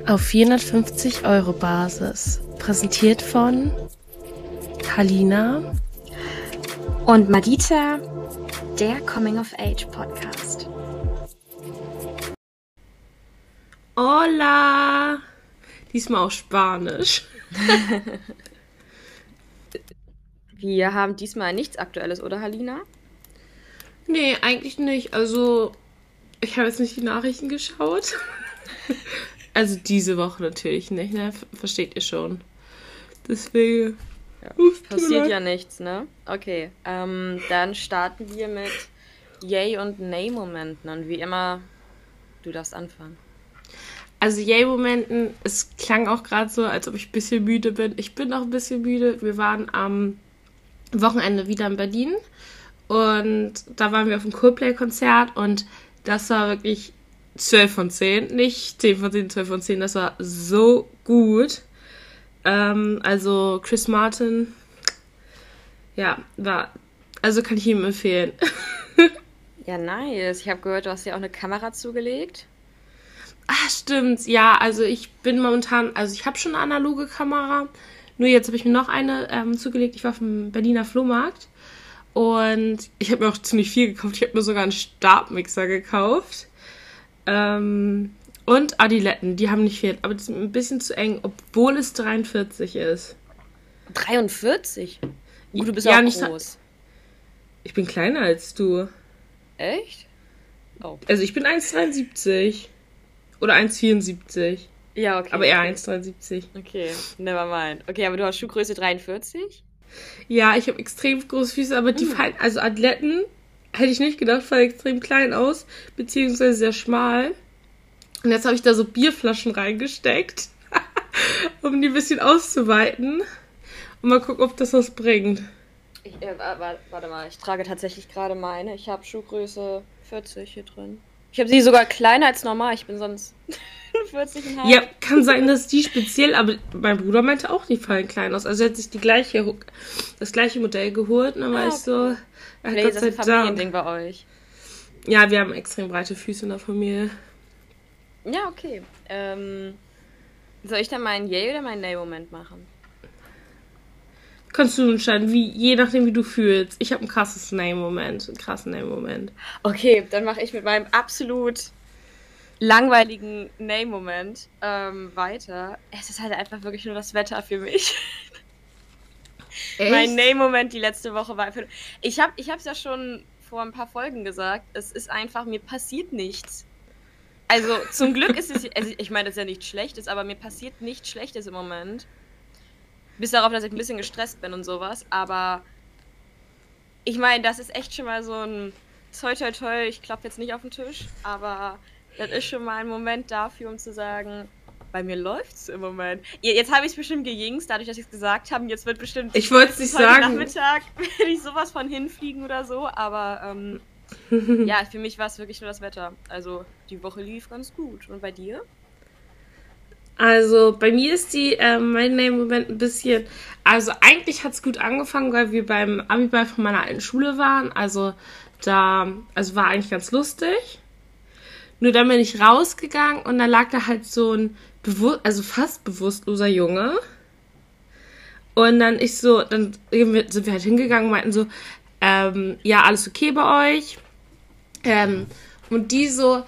Auf 450 € Basis. Präsentiert von Halina und Madita, der Coming-of-Age-Podcast. Hola! Diesmal auf Spanisch. Wir haben diesmal nichts Aktuelles, oder Halina? Nee, eigentlich nicht. Also, ich habe jetzt nicht die Nachrichten geschaut. Also diese Woche natürlich nicht, ne? Versteht ihr schon. Deswegen... Ja, passiert ja nichts, ne? Okay, dann starten wir mit Yay- und Nay-Momenten. Und wie immer, du darfst anfangen. Also Yay-Momenten, es klang auch gerade so, als ob ich ein bisschen müde bin. Ich bin auch ein bisschen müde. Wir waren am Wochenende wieder in Berlin und da waren wir auf dem Coldplay-Konzert und das war wirklich 12 von 10. Nicht 10 von 10, 12 von 10. Das war so gut. Also Chris Martin, ja, also kann ich ihm empfehlen. Ja, nice. Ich habe gehört, du hast ja auch eine Kamera zugelegt. Ah, stimmt. Ja, also ich bin momentan, also ich habe schon eine analoge Kamera, nur jetzt habe ich mir noch eine zugelegt. Ich war auf dem Berliner Flohmarkt und ich habe mir auch ziemlich viel gekauft. Ich habe mir sogar einen Stabmixer gekauft. Und Adiletten, die haben nicht viel, aber die sind ein bisschen zu eng, obwohl es 43 ist. 43? Du bist ja auch nicht groß. Ich bin kleiner als du. Echt? Oh. Also ich bin 1,73. Oder 1,74. Ja, okay. Aber eher 1,73. Okay, never mind. Okay, aber du hast Schuhgröße 43? Ja, ich habe extrem große Füße, aber die fallen, also Adiletten, hätte ich nicht gedacht, fallen extrem klein aus, beziehungsweise sehr schmal. Und jetzt habe ich da so Bierflaschen reingesteckt, um die ein bisschen auszuweiten. Und mal gucken, ob das was bringt. Warte mal, ich trage tatsächlich gerade meine. Ich habe Schuhgröße 40 hier drin. Ich habe sie sogar kleiner als normal. Ich bin sonst 40,5. Ja, kann sein, dass die speziell, aber mein Bruder meinte auch, die fallen klein aus. Also er hat sich das gleiche Modell geholt. Und dann war ich so, Vielleicht ist das ein Familiending bei euch. Ja, wir haben extrem breite Füße in der Familie. Ja, okay. Soll ich dann meinen Yay- oder meinen Nay-Moment machen? Kannst du entscheiden, je nachdem, wie du fühlst. Ich habe einen krassen Nay-Moment. Okay, dann mache ich mit meinem absolut langweiligen Nay-Moment weiter. Es ist halt einfach wirklich nur das Wetter für mich. Echt? Mein Nay-Moment die letzte Woche war... Ich hab's ja schon vor ein paar Folgen gesagt. Es ist einfach, mir passiert nichts. Also zum Glück ist es... Also ich meine, das ist ja nichts Schlechtes, aber mir passiert nichts Schlechtes im Moment. Bis darauf, dass ich ein bisschen gestresst bin und sowas. Aber ich meine, das ist echt schon mal so ein toi toi toi, ich klappe jetzt nicht auf den Tisch. Aber das ist schon mal ein Moment dafür, um zu sagen, bei mir läuft's im Moment. Jetzt habe ich es bestimmt gejinxt, dadurch, dass ich es gesagt habe. Jetzt wird bestimmt... Ich wollte es nicht heute sagen. Nachmittag werde ich sowas von hinfliegen oder so. Aber ja, für mich war es wirklich nur das Wetter. Also die Woche lief ganz gut. Und bei dir? Also bei mir ist mein Nay-Moment ein bisschen, also eigentlich hat es gut angefangen, weil wir beim Abiball von meiner alten Schule waren, also war eigentlich ganz lustig. Nur dann bin ich rausgegangen und dann lag da halt so ein fast bewusstloser Junge. Und dann sind wir halt hingegangen und meinten so, ja, alles okay bei euch? Und die so,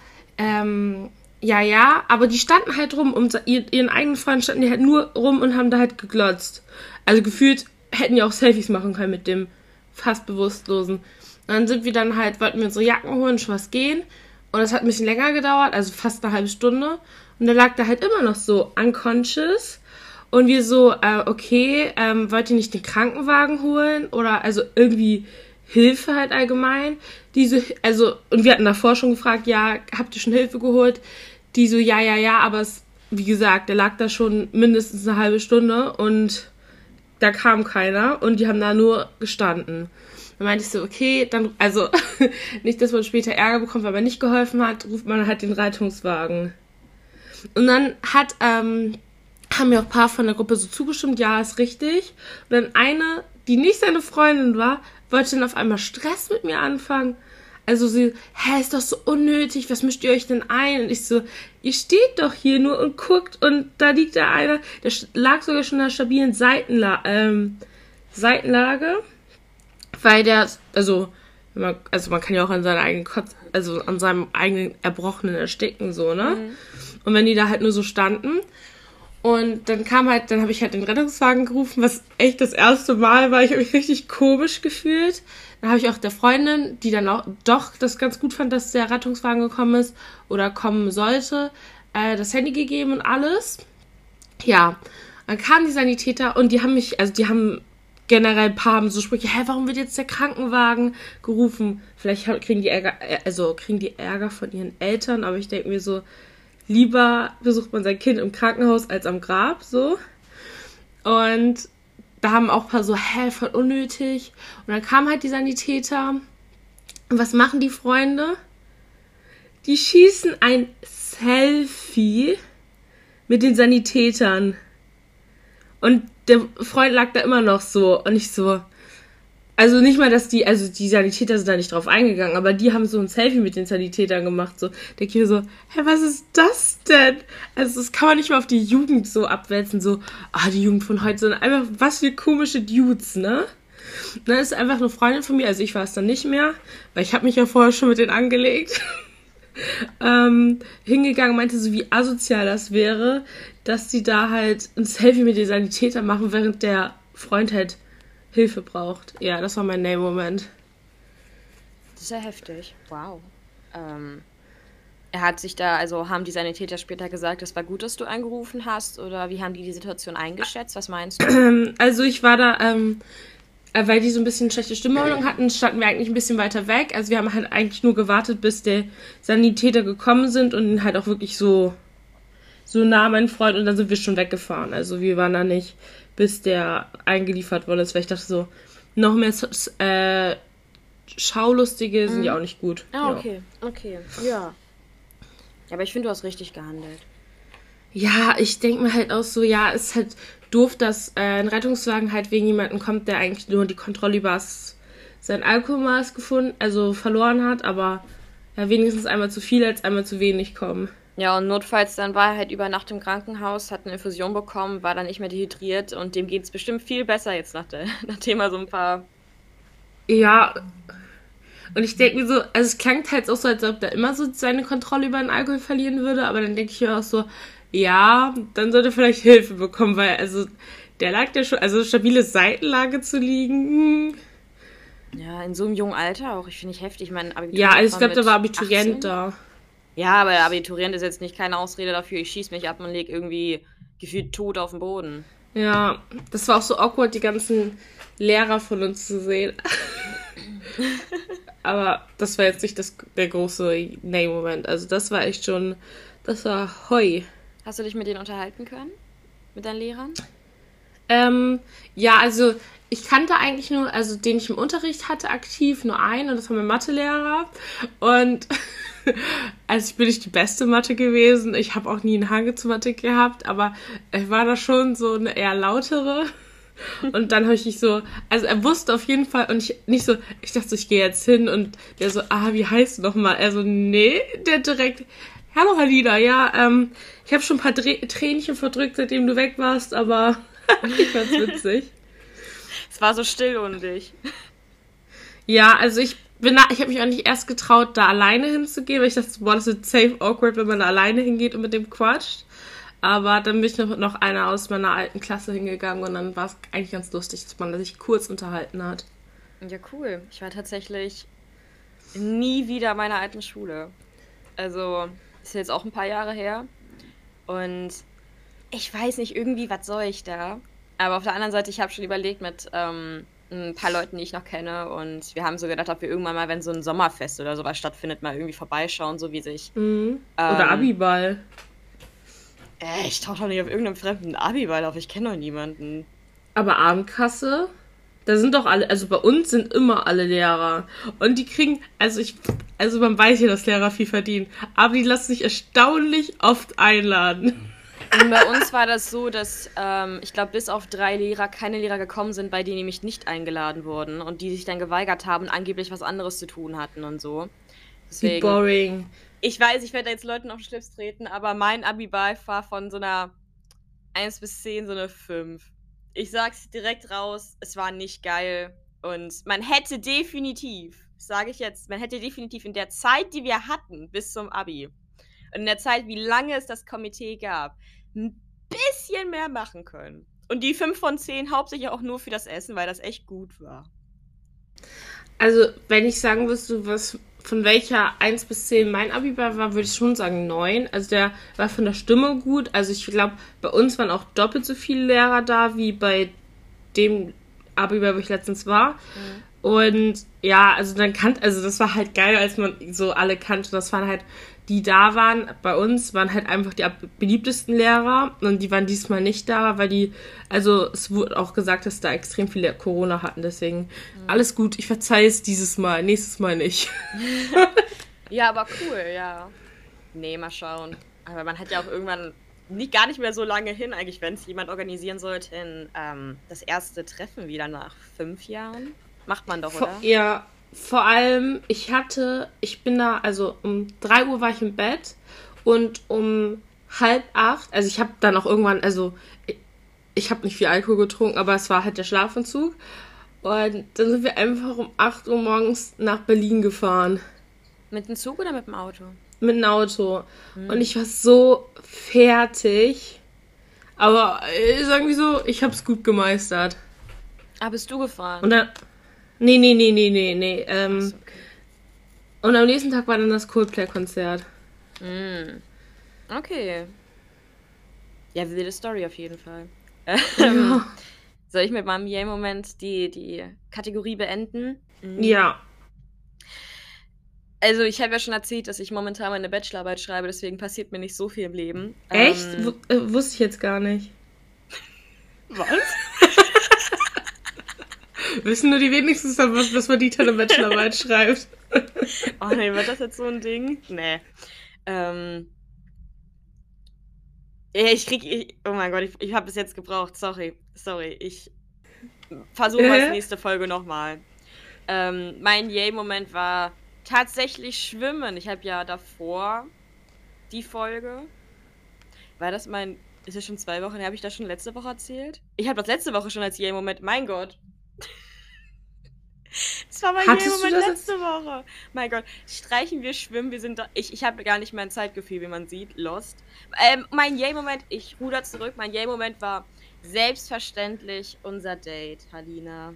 ja, aber die standen halt rum, ihren eigenen Freunden standen die halt nur rum und haben da halt geglotzt. Also gefühlt hätten die auch Selfies machen können mit dem fast Bewusstlosen. Und dann wollten wir unsere Jacken holen und schon was gehen. Und das hat ein bisschen länger gedauert, also fast eine halbe Stunde. Und der lag da halt immer noch so unconscious. Und wir so, okay, wollt ihr nicht den Krankenwagen holen? Oder also irgendwie Hilfe halt allgemein. Und wir hatten davor schon gefragt, ja, habt ihr schon Hilfe geholt? Die so, ja, aber wie gesagt, der lag da schon mindestens eine halbe Stunde und da kam keiner und die haben da nur gestanden. Dann meinte ich so, okay, dann, also nicht, dass man später Ärger bekommt, weil man nicht geholfen hat, ruft man halt den Rettungswagen. Und dann haben mir auch ein paar von der Gruppe so zugestimmt, ja, ist richtig. Und dann eine, die nicht seine Freundin war, wollte dann auf einmal Stress mit mir anfangen. also sie, ist doch so unnötig, was mischt ihr euch denn ein? Und ich so, ihr steht doch hier nur und guckt und da liegt da einer, der lag sogar schon in einer stabilen Seitenlage, weil der, also man kann ja auch an seiner eigenen an seinem eigenen Erbrochenen ersticken, so, ne? Mhm. Und wenn die da halt nur so standen und dann habe ich halt den Rettungswagen gerufen, was echt das erste Mal war, ich habe mich richtig komisch gefühlt. Dann habe ich auch der Freundin, die dann auch doch das ganz gut fand, dass der Rettungswagen gekommen ist oder kommen sollte, das Handy gegeben und alles. Ja, dann kamen die Sanitäter und die haben generell ein paar haben so Sprüche, warum wird jetzt der Krankenwagen gerufen? Vielleicht kriegen die Ärger von ihren Eltern, aber ich denke mir so, lieber besucht man sein Kind im Krankenhaus als am Grab, so. Und da haben auch ein paar so, voll unnötig. Und dann kamen halt die Sanitäter. Und was machen die Freunde? Die schießen ein Selfie mit den Sanitätern. Und der Freund lag da immer noch so. Und ich so, also nicht mal, dass die Sanitäter sind da nicht drauf eingegangen, aber die haben so ein Selfie mit den Sanitätern gemacht. So, der Kind so, was ist das denn? Also das kann man nicht mal auf die Jugend so abwälzen. So, die Jugend von heute sind einfach, was für komische Dudes, ne? Und dann ist einfach eine Freundin von mir, also ich war es dann nicht mehr, weil ich habe mich ja vorher schon mit denen angelegt, hingegangen, meinte so, wie asozial das wäre, dass sie da halt ein Selfie mit den Sanitätern machen, während der Freund halt Hilfe braucht. Ja, das war mein Name-Moment. Das ist ja heftig. Wow. Er hat sich da, also haben die Sanitäter später gesagt, es war gut, dass du angerufen hast, oder wie haben die Situation eingeschätzt? Was meinst du? Also ich war da, weil die so ein bisschen schlechte Stimmung hatten, standen wir eigentlich ein bisschen weiter weg. Also wir haben halt eigentlich nur gewartet, bis die Sanitäter gekommen sind und halt auch wirklich so nah mein Freund, und dann sind wir schon weggefahren. Also wir waren da nicht, bis der eingeliefert worden ist, weil ich dachte so, noch mehr Schaulustige sind ja auch nicht gut. Ah, okay, ja. Aber ich finde, du hast richtig gehandelt. Ja, ich denke mir halt auch so, ja, ist halt doof, dass ein Rettungswagen halt wegen jemandem kommt, der eigentlich nur die Kontrolle über sein Alkoholmaß verloren hat, aber ja, wenigstens einmal zu viel als einmal zu wenig kommen. Ja, und notfalls dann war er halt über Nacht im Krankenhaus, hat eine Infusion bekommen, war dann nicht mehr dehydriert und dem geht es bestimmt viel besser jetzt nachdem er so ein paar... Ja, und ich denke mir so, also es klang halt auch so, als ob der immer so seine Kontrolle über den Alkohol verlieren würde, aber dann denke ich mir auch so, ja, dann sollte er vielleicht Hilfe bekommen, weil also der lag ja schon, also stabile Seitenlage zu liegen. Ja, in so einem jungen Alter auch, ich finde ich heftig. Ja, also ich glaube, da war Abiturient da. Ja, aber der Abiturient ist jetzt nicht keine Ausrede dafür, ich schieß mich ab und leg irgendwie gefühlt tot auf den Boden. Ja, das war auch so awkward, die ganzen Lehrer von uns zu sehen. Aber das war jetzt nicht der große Moment. Also das war echt schon, das war Heu. Hast du dich mit denen unterhalten können? Mit deinen Lehrern? Ja, also ich kannte eigentlich nur, also den ich im Unterricht hatte aktiv, nur einen, und das war mein Mathelehrer. Und also ich bin nicht die beste Mathe gewesen. Ich habe auch nie einen Hang zu Mathe gehabt, aber ich war da schon so eine eher lautere. Und dann habe ich nicht so, also er wusste auf jeden Fall, und ich dachte so, ich gehe jetzt hin, und der so, wie heißt du nochmal? Er so, nee, der direkt, hallo Halina, ja, ich habe schon ein paar Tränchen verdrückt, seitdem du weg warst, aber ich fand's witzig. Es war so still ohne dich. Ja, also ich habe mich auch nicht erst getraut, da alleine hinzugehen, weil ich dachte, boah, das wird safe awkward, wenn man da alleine hingeht und mit dem quatscht. Aber dann bin ich noch einer aus meiner alten Klasse hingegangen, und dann war es eigentlich ganz lustig, dass man sich kurz unterhalten hat. Ja, cool. Ich war tatsächlich nie wieder in meiner alten Schule. Also, ist jetzt auch ein paar Jahre her. Und ich weiß nicht, irgendwie, was soll ich da? Aber auf der anderen Seite, ich habe schon überlegt mit ein paar Leuten, die ich noch kenne. Und wir haben so gedacht, ob wir irgendwann mal, wenn so ein Sommerfest oder sowas stattfindet, mal irgendwie vorbeischauen, so wie sich... Oder Abiball. Ich tauche doch nicht auf irgendeinem fremden Abiball auf, ich kenne doch niemanden. Aber Abendkasse, da sind doch alle, also bei uns sind immer alle Lehrer. Und die kriegen, also man weiß ja, dass Lehrer viel verdienen, aber die lassen sich erstaunlich oft einladen. Und bei uns war das so, dass, ich glaube, bis auf 3 Lehrer keine Lehrer gekommen sind, bei denen nämlich nicht eingeladen wurden und die sich dann geweigert haben und angeblich was anderes zu tun hatten und so. Wie Deswegen, boring. ich weiß, ich werde jetzt Leuten auf den Schlips treten, aber mein Abi-Vibe war von so einer 1 bis 10 so eine 5. Ich sag's direkt raus, es war nicht geil. Und man hätte definitiv, sage ich jetzt, man hätte definitiv in der Zeit, die wir hatten, bis zum Abi, und in der Zeit, wie lange es das Komitee gab, ein bisschen mehr machen können. Und die 5 von 10 hauptsächlich auch nur für das Essen, weil das echt gut war. Also, wenn ich sagen müsste, von welcher 1 bis 10 mein Abi war, würde ich schon sagen 9. Also der war von der Stimme gut. Also ich glaube, bei uns waren auch doppelt so viele Lehrer da, wie bei dem Abi, wo ich letztens war. Und ja, also also das war halt geil, als man so alle kannte. Das waren halt, die da waren, bei uns waren halt einfach die beliebtesten Lehrer. Und die waren diesmal nicht da, weil also es wurde auch gesagt, dass da extrem viele Corona hatten. Deswegen alles gut, ich verzeihe es dieses Mal, nächstes Mal nicht. Ja, aber cool, ja. Nee, mal schauen. Aber man hat ja auch irgendwann gar nicht mehr so lange hin, eigentlich, wenn es jemand organisieren sollte, das erste Treffen wieder nach 5 Jahren. Macht man doch, oder? Ja, vor allem, ich bin da, also um 3 Uhr war ich im Bett und um 7:30, also ich habe dann auch irgendwann, also ich habe nicht viel Alkohol getrunken, aber es war halt der Schlafentzug. Und dann sind wir einfach um 8 Uhr morgens nach Berlin gefahren. Mit dem Zug oder mit dem Auto? Mit dem Auto. Und ich war so fertig. Aber ist irgendwie so, ich hab's gut gemeistert. Ah, bist du gefahren? Und dann. Nee. Achso, okay. Und am nächsten Tag war dann das Coldplay-Konzert. Okay. Ja, wilde Story auf jeden Fall. Ja. Soll ich mit meinem Yay-Moment die Kategorie beenden? Ja. Also, ich habe ja schon erzählt, dass ich momentan meine Bachelorarbeit schreibe, deswegen passiert mir nicht so viel im Leben. Echt? Wusste ich jetzt gar nicht. Was? Wissen nur die wenigsten, was man die tolle Bachelorarbeit schreibt. Oh nee, wird das jetzt so ein Ding? Nee. Oh mein Gott, ich habe es jetzt gebraucht. Sorry. Ich versuche es nächste Folge nochmal. Mein Yay-Moment war tatsächlich Schwimmen. Ich habe ja davor die Folge. Ist es schon 2 Wochen her? Habe ich das schon letzte Woche erzählt? Ich habe das letzte Woche schon als Yay-Moment. Mein Gott. Das war mein Yay-Moment letzte Woche. Mein Gott. Streichen wir Schwimmen. Wir sind ich habe gar nicht mehr ein Zeitgefühl, wie man sieht. Lost. Mein Yay-Moment, ich ruder zurück. Mein Yay-Moment war selbstverständlich unser Date, Halina.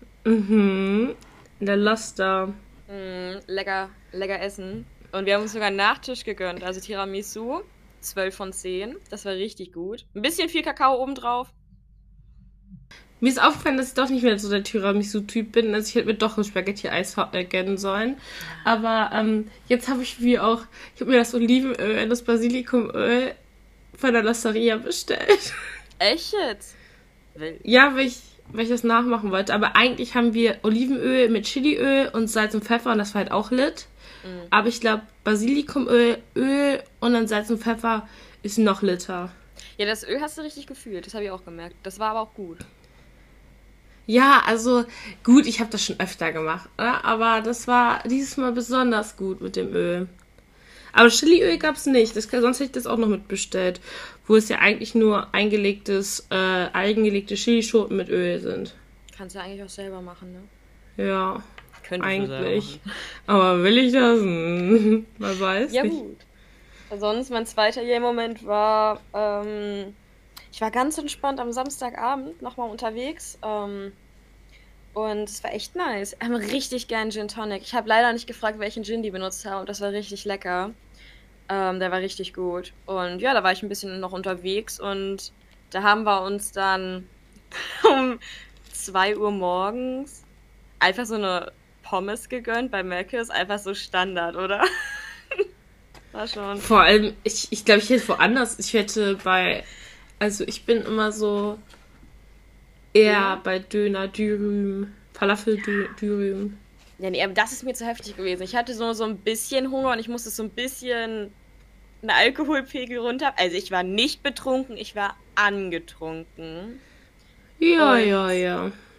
Der Loster. Lecker essen. Und wir haben uns sogar einen Nachtisch gegönnt. Also Tiramisu. 12 von 10. Das war richtig gut. Ein bisschen viel Kakao obendrauf. Mir ist aufgefallen, dass ich doch nicht mehr so der Tiramisu-Typ bin. Also ich hätte mir doch ein Spaghetti-Eis gönnen sollen. Aber jetzt habe ich mir das Olivenöl und das Basilikumöl von der Losteria bestellt. Echt jetzt? Ja, weil ich das nachmachen wollte. Aber eigentlich haben wir Olivenöl mit Chiliöl und Salz und Pfeffer und das war halt auch lit. Aber ich glaube, Basilikumöl, Öl und dann Salz und Pfeffer ist noch litter. Ja, das Öl hast du richtig gefühlt. Das habe ich auch gemerkt. Das war aber auch gut. Ja, also gut, ich habe das schon öfter gemacht, oder? Aber das war dieses Mal besonders gut mit dem Öl. Aber Chiliöl gab's nicht. Sonst hätte ich das auch noch mitbestellt. Wo es ja eigentlich nur eingelegte Chilischoten mit Öl sind. Kannst du ja eigentlich auch selber machen, ne? Ja, Könnte eigentlich. Aber will ich das? Man weiß ja, nicht. Gut. Sonst, mein zweiter Yay-Moment war, ich war ganz entspannt am Samstagabend nochmal unterwegs. Und es war echt nice. Wir haben richtig geilen Gin Tonic. Ich habe leider nicht gefragt, welchen Gin die benutzt haben. Und das war richtig lecker. Der war richtig gut. Und ja, da war ich ein bisschen noch unterwegs. Und da haben wir uns dann um 2 Uhr morgens einfach so eine Pommes gegönnt bei Mc's. Einfach so Standard, oder? War schon. Vor allem, ich glaube, ich hätte woanders. Also ich bin immer so eher bei Döner, Dürüm, Falafel, Dürüm. Ja, nee, aber das ist mir zu heftig gewesen. Ich hatte so ein bisschen Hunger und ich musste so ein bisschen einen Alkoholpegel runter. Also ich war nicht betrunken, ich war angetrunken. Ja.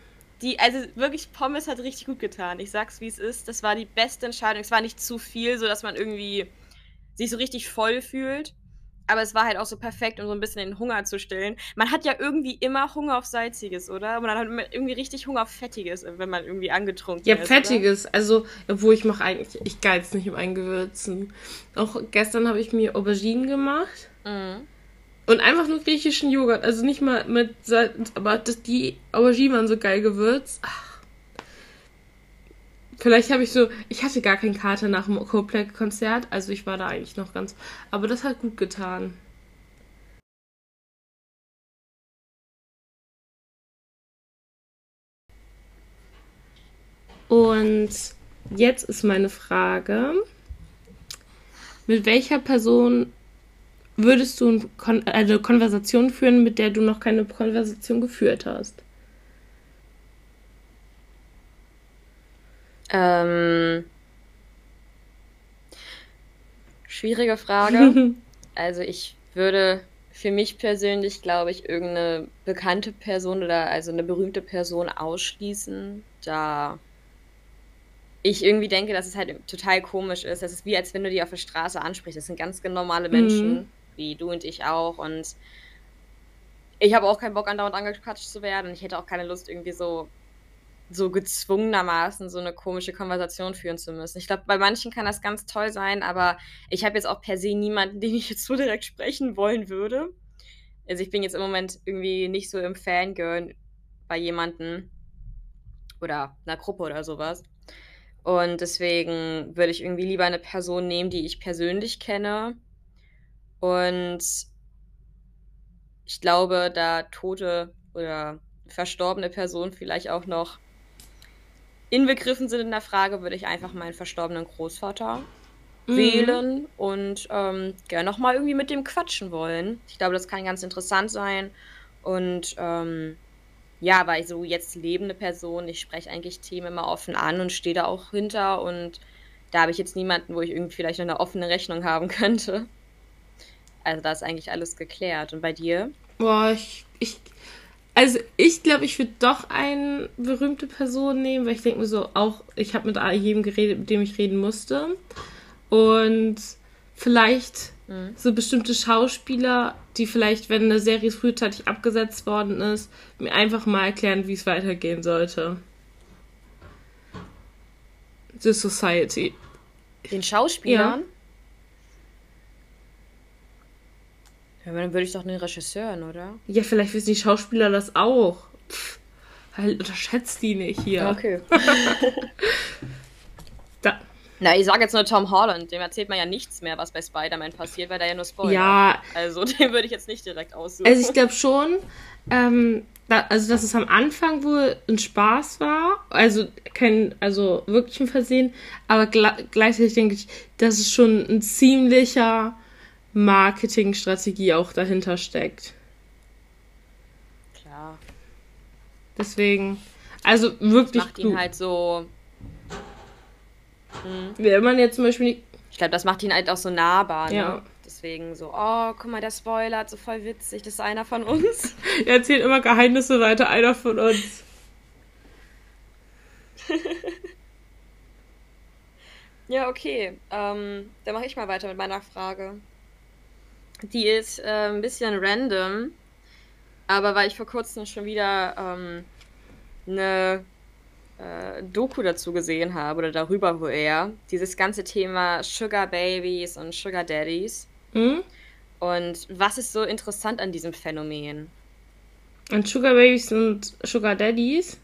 Also wirklich, Pommes hat richtig gut getan. Ich sag's, wie es ist. Das war die beste Entscheidung. Es war nicht zu viel, sodass man irgendwie sich so richtig voll fühlt. Aber es war halt auch so perfekt, um so ein bisschen den Hunger zu stillen. Man hat ja irgendwie immer Hunger auf Salziges, oder? Und dann hat man irgendwie richtig Hunger auf Fettiges, wenn man irgendwie angetrunken Ja, ist. Fettiges. Oder? Also, obwohl ich geiz nicht im Eingewürzen. Auch gestern habe ich mir Auberginen gemacht. Mhm. Und einfach nur griechischen Joghurt. Also nicht mal mit Salz, aber die Auberginen waren so geil gewürzt. Ach. Vielleicht habe ich hatte gar keinen Kater nach dem Coldplay-Konzert, also ich war da eigentlich noch ganz, aber das hat gut getan. Und jetzt ist meine Frage, mit welcher Person würdest du eine Konversation führen, mit der du noch keine Konversation geführt hast? Schwierige Frage. Also ich würde für mich persönlich, glaube ich, irgendeine bekannte Person oder also eine berühmte Person ausschließen, da ich irgendwie denke, dass es halt total komisch ist. Das ist wie, als wenn du die auf der Straße ansprichst. Das sind ganz normale Menschen, wie du und ich auch. Und ich habe auch keinen Bock, andauernd angequatscht zu werden. Und ich hätte auch keine Lust, irgendwie so gezwungenermaßen so eine komische Konversation führen zu müssen. Ich glaube, bei manchen kann das ganz toll sein, aber ich habe jetzt auch per se niemanden, den ich jetzt so direkt sprechen wollen würde. Also ich bin jetzt im Moment irgendwie nicht so im Fangirl bei jemanden oder einer Gruppe oder sowas. Und deswegen würde ich irgendwie lieber eine Person nehmen, die ich persönlich kenne. Und ich glaube, da tote oder verstorbene Personen vielleicht auch noch inbegriffen sind in der Frage, würde ich einfach meinen verstorbenen Großvater wählen und gerne nochmal irgendwie mit dem quatschen wollen. Ich glaube, das kann ganz interessant sein. Und ja, weil so jetzt lebende Person, ich spreche eigentlich Themen immer offen an und stehe da auch hinter. Und da habe ich jetzt niemanden, wo ich irgendwie vielleicht noch eine offene Rechnung haben könnte. Also da ist eigentlich alles geklärt. Und bei dir? Boah, also ich glaube, ich würde doch eine berühmte Person nehmen, weil ich denke mir so, auch ich habe mit jedem geredet, mit dem ich reden musste. Und vielleicht so bestimmte Schauspieler, die vielleicht, wenn eine Serie frühzeitig abgesetzt worden ist, mir einfach mal erklären, wie es weitergehen sollte. The Society. Den Schauspielern? Ja, dann würde ich doch den Regisseur hören, oder? Ja, vielleicht wissen die Schauspieler das auch. Halt, unterschätzt die nicht hier. Okay. Da. Na, ich sage jetzt nur Tom Holland. Dem erzählt man ja nichts mehr, was bei Spider-Man passiert, weil der ja nur spoilert. Ja. Also den würde ich jetzt nicht direkt aussuchen. Also ich glaube schon, dass es am Anfang wohl ein Spaß war. Also wirklich ein Versehen. Aber gleichzeitig denke ich, dass es schon ein ziemlicher Marketingstrategie auch dahinter steckt. Klar. Deswegen, also wirklich das macht ihn halt so. Wenn man jetzt zum Beispiel. Ich glaube, das macht ihn halt auch so nahbar, ne? Ja. Deswegen so, oh, guck mal, der spoilert, so voll witzig, das ist einer von uns. Er erzählt immer Geheimnisse weiter, einer von uns. Ja, okay. Dann mache ich mal weiter mit meiner Frage. Die ist ein bisschen random, aber weil ich vor kurzem schon wieder eine Doku dazu gesehen habe, oder darüber wo er, dieses ganze Thema Sugar Babies und Sugar Daddies. Und was ist so interessant an diesem Phänomen? Und Sugar Babies und Sugar Daddies?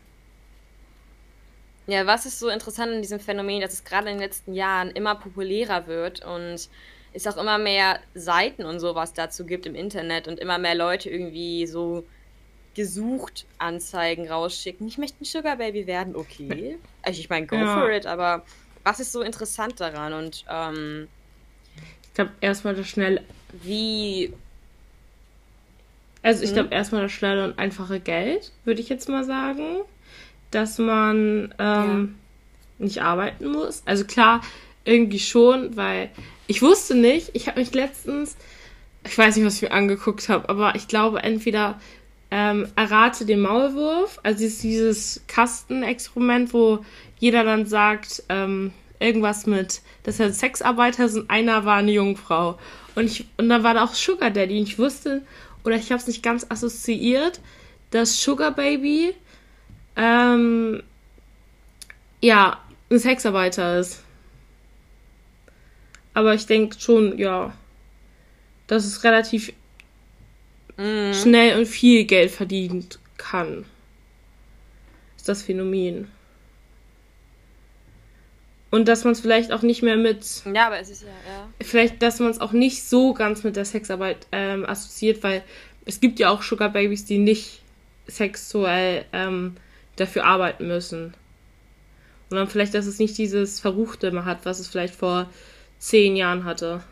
Ja, was ist so interessant an diesem Phänomen, dass es gerade in den letzten Jahren immer populärer wird und es auch immer mehr Seiten und sowas dazu gibt im Internet und immer mehr Leute irgendwie so gesucht Anzeigen rausschicken. Ich möchte ein Sugar Baby werden, okay. Also ich meine, go for it, aber was ist so interessant daran? Und ich glaube, erstmal das schnelle. Wie. Also ich glaube, erstmal das schnelle und einfache Geld, würde ich jetzt mal sagen. Dass man nicht arbeiten muss. Also klar, irgendwie schon, weil ich wusste nicht, ich habe mich letztens, ich weiß nicht, was ich mir angeguckt habe, aber ich glaube, entweder errate den Maulwurf. Also es ist dieses Kastenexperiment, wo jeder dann sagt, irgendwas mit, dass er Sexarbeiter sind, einer war eine Jungfrau. Und dann war da auch Sugar Daddy. Und ich wusste, oder ich habe es nicht ganz assoziiert, dass Sugar Baby ja, ein Sexarbeiter ist. Aber ich denke schon, ja, dass es relativ schnell und viel Geld verdienen kann. Ist das Phänomen. Und dass man es vielleicht auch nicht mehr mit... Ja, aber es ist ja. Vielleicht, dass man es auch nicht so ganz mit der Sexarbeit assoziiert, weil es gibt ja auch Sugar Babys, die nicht sexuell dafür arbeiten müssen. Und dann vielleicht, dass es nicht dieses Verruchte immer hat, was es vielleicht vor 10 Jahren hatte.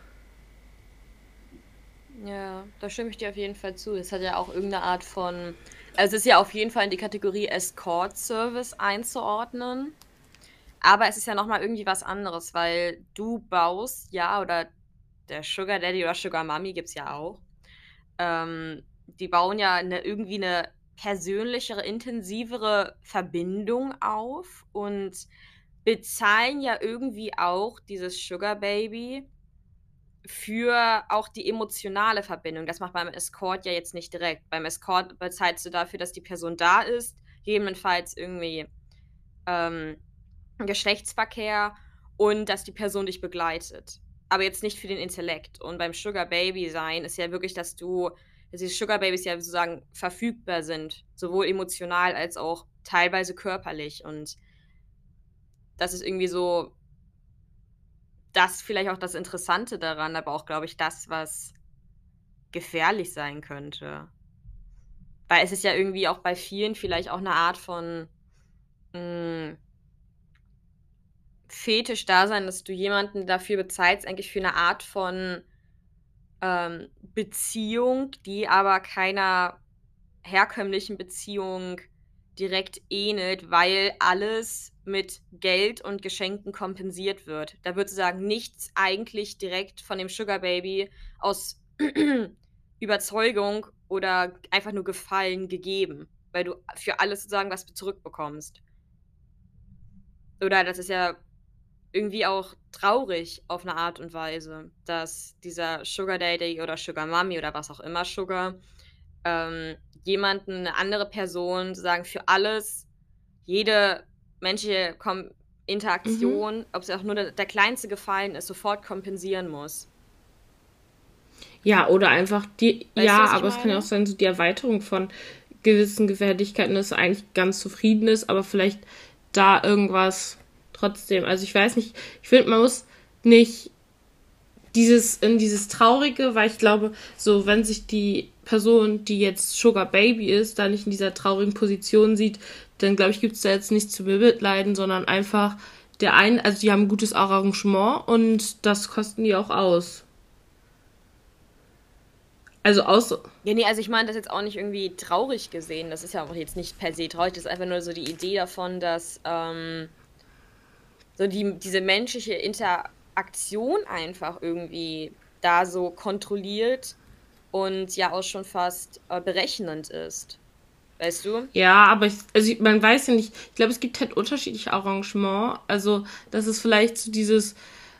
Ja, da stimme ich dir auf jeden Fall zu. Es hat ja auch irgendeine Art von... Also es ist ja auf jeden Fall in die Kategorie Escort-Service einzuordnen. Aber es ist ja nochmal irgendwie was anderes, weil du baust, ja, oder der Sugar Daddy oder Sugar Mommy gibt's ja auch. Die bauen ja irgendwie eine persönlichere, intensivere Verbindung auf und bezahlen ja irgendwie auch dieses Sugar Baby für auch die emotionale Verbindung. Das macht beim Escort ja jetzt nicht direkt. Beim Escort bezahlst du dafür, dass die Person da ist, gegebenenfalls irgendwie Geschlechtsverkehr und dass die Person dich begleitet. Aber jetzt nicht für den Intellekt. Und beim Sugar Baby sein ist ja wirklich, dass die Sugar Babys ja sozusagen verfügbar sind, sowohl emotional als auch teilweise körperlich. Und das ist irgendwie so, das vielleicht auch das Interessante daran, aber auch, glaube ich, das, was gefährlich sein könnte. Weil es ist ja irgendwie auch bei vielen vielleicht auch eine Art von Fetisch da sein, dass du jemanden dafür bezahlst, eigentlich für eine Art von Beziehung, die aber keiner herkömmlichen Beziehung direkt ähnelt, weil alles mit Geld und Geschenken kompensiert wird. Da wird sozusagen nichts eigentlich direkt von dem Sugar Baby aus Überzeugung oder einfach nur Gefallen gegeben, weil du für alles sozusagen was zurückbekommst. Oder das ist ja irgendwie auch traurig auf eine Art und Weise, dass dieser Sugar Daddy oder Sugar Mommy oder was auch immer Sugar jemanden, eine andere Person sozusagen für alles, jede menschliche Interaktion, ob es auch nur der kleinste Gefallen ist, sofort kompensieren muss. Ja, oder einfach die... Weißt du, Ja, was ich aber es kann ja meine? auch sein, so die Erweiterung von gewissen Gefährlichkeiten, dass er eigentlich ganz zufrieden ist, aber vielleicht da irgendwas trotzdem... Also ich weiß nicht, ich finde, man muss nicht in dieses Traurige, weil ich glaube, so wenn sich die Person, die jetzt Sugar Baby ist, da nicht in dieser traurigen Position sieht, dann glaube ich, gibt es da jetzt nichts zu bemitleiden, sondern einfach also die haben ein gutes Arrangement und das kosten die auch aus. Also aus... Ja, nee, also ich meine das jetzt auch nicht irgendwie traurig gesehen. Das ist ja auch jetzt nicht per se traurig. Das ist einfach nur so die Idee davon, dass so diese menschliche Interaktion einfach irgendwie da so kontrolliert und ja auch schon fast berechnend ist. Weißt du? Ja, aber man weiß ja nicht, ich glaube, es gibt halt unterschiedliche Arrangement. Also, das ist vielleicht so dieses,